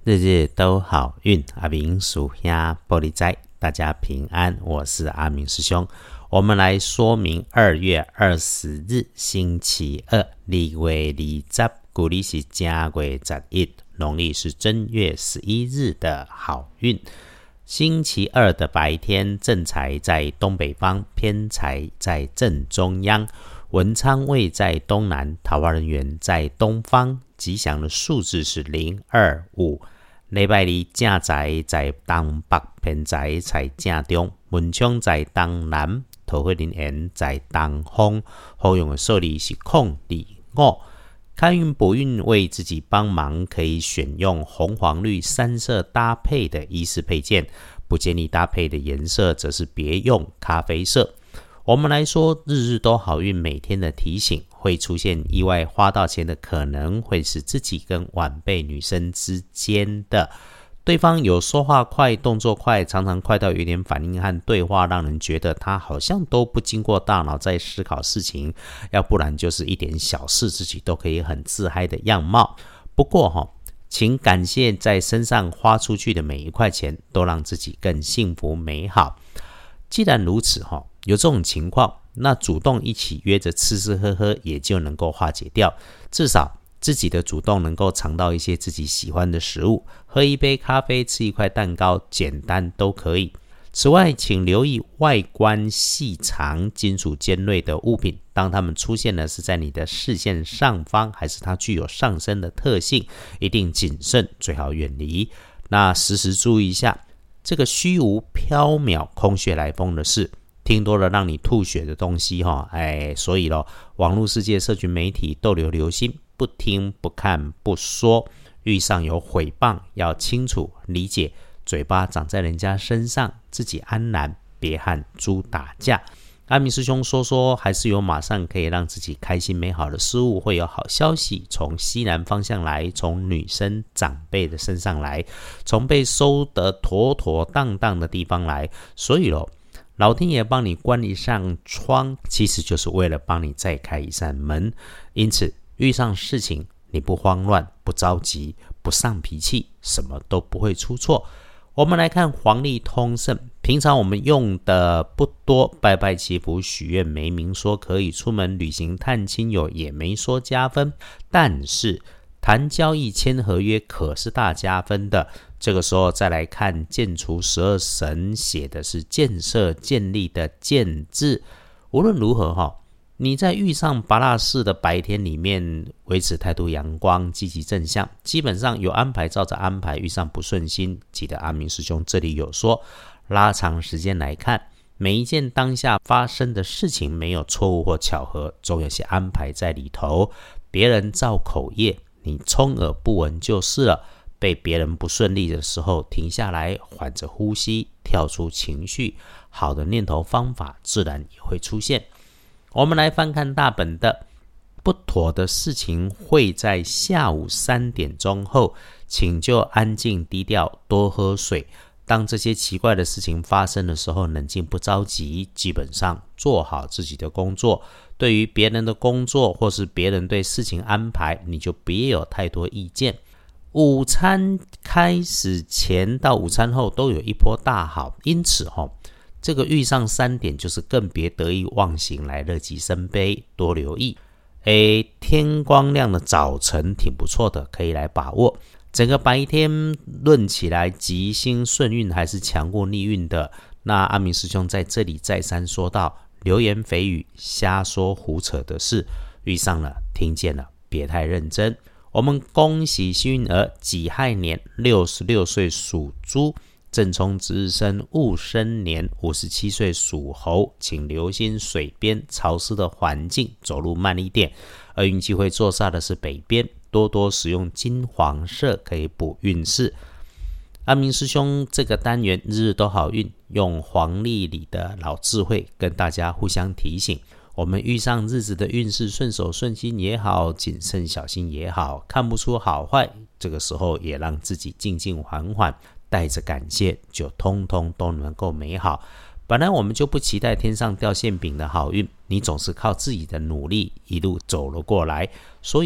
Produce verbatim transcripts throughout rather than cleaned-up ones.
日日都好运，阿明属下玻璃斋，大家平安，我是阿明师兄。我们来说明二月二十日星期二，二月二十，古历是正月十一，农历是正月十一日的好运。星期二的白天，正财在东北方，偏财在正中央，文昌位在东南，桃花人缘在东方，吉祥的数字是零二五。礼拜二正财在东北，偏财在正中，文昌在东南，桃花人缘在东方，好用的数字是空二五。开运补运为自己帮忙，可以选用红黄绿三色搭配的衣饰配件，不建议搭配的颜色则是别用咖啡色。我们来说日日都好运，每天的提醒，会出现意外花到钱的可能会是自己跟晚辈女生之间的，对方有说话快动作快，常常快到有点反应和对话让人觉得他好像都不经过大脑在思考事情，要不然就是一点小事自己都可以很自嗨的样貌。不过、哦、请感谢在身上花出去的每一块钱都让自己更幸福美好。既然如此、哦、有这种情况，那主动一起约着吃吃喝喝也就能够化解掉，至少自己的主动能够尝到一些自己喜欢的食物，喝一杯咖啡，吃一块蛋糕，简单都可以。此外，请留意外观细长、金属尖锐的物品，当它们出现的是在你的视线上方，还是它具有上升的特性，一定谨慎，最好远离。那时时注意一下这个虚无缥缈、空穴来风的事，听多了让你吐血的东西、哦哎、所以咯，网络世界、社群媒体逗留留心，不听不看不说，遇上有诽谤要清楚理解，嘴巴长在人家身上，自己安然，别和猪打架。阿明师兄说说，还是有马上可以让自己开心美好的事物，会有好消息从西南方向来，从女生长辈的身上来，从被收得妥妥当当的地方来。所以咯，老天爷帮你关一扇窗，其实就是为了帮你再开一扇门。因此遇上事情你不慌乱，不着急，不上脾气，什么都不会出错。我们来看黄历通胜，平常我们用的不多，拜拜祈福许愿没明说可以，出门旅行探亲友也没说加分，但是谈交易签合约可是大加分的。这个时候再来看建除十二神，写的是建设建立的建字。无论如何、哦、你在遇上芭乐式的白天里面，维持态度阳光，积极正向，基本上有安排照着安排，遇上不顺心，记得阿明师兄这里有说，拉长时间来看，每一件当下发生的事情没有错误或巧合，总有些安排在里头。别人造口业，你充耳不闻就是了。被别人不顺利的时候，停下来，缓着呼吸，跳出情绪，好的念头方法自然也会出现。我们来翻看大本的，不妥的事情会在下午三点钟后，请就安静低调，多喝水。当这些奇怪的事情发生的时候，冷静不着急，基本上做好自己的工作。对于别人的工作或是别人对事情安排，你就别有太多意见。午餐开始前到午餐后都有一波大好，因此、哦、这个遇上三点就是更别得意忘形来乐极生悲，多留意。诶，天光亮的早晨挺不错的，可以来把握。整个白天论起来，吉星顺运还是强过逆运的。那阿明师兄在这里再三说到，流言蜚语、瞎说胡扯的事，遇上了听见了别太认真。我们恭喜幸运儿己亥年六十六岁属猪，正冲值日生戊申年五十七岁属猴，请留心水边潮湿的环境，走路慢一点。而运气会坐煞的是北边，多多使用金黄色可以补运势。阿明师兄这个单元日日都好运，用黄历里的老智慧跟大家互相提醒，我们遇上日子的运势顺手顺心也好，谨慎小心也好，看不出好坏，这个时候也让自己静静缓缓，带着感谢，就通通都能够美好。本来我们就不期待天上掉馅饼的好运，你总是靠自己的努力一路走了过来，所以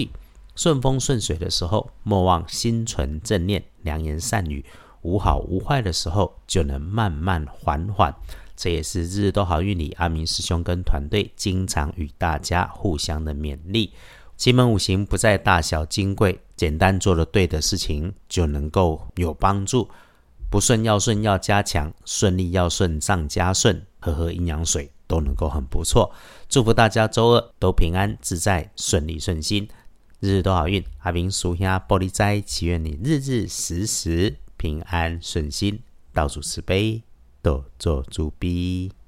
顺风顺水的时候，莫忘心存正念，良言善语，无好无坏的时候，就能慢慢缓缓。这也是日日都好运里阿明师兄跟团队经常与大家互相的勉励。奇门五行不在大小金贵，简单做了对的事情就能够有帮助。不顺要顺要加强，顺利要顺上加顺，喝喝阴阳水都能够很不错。祝福大家周二都平安自在，顺利顺心，日日都好运。阿明属下玻璃斋，祈愿你日日时时平安顺心，道主慈悲，多做主逼。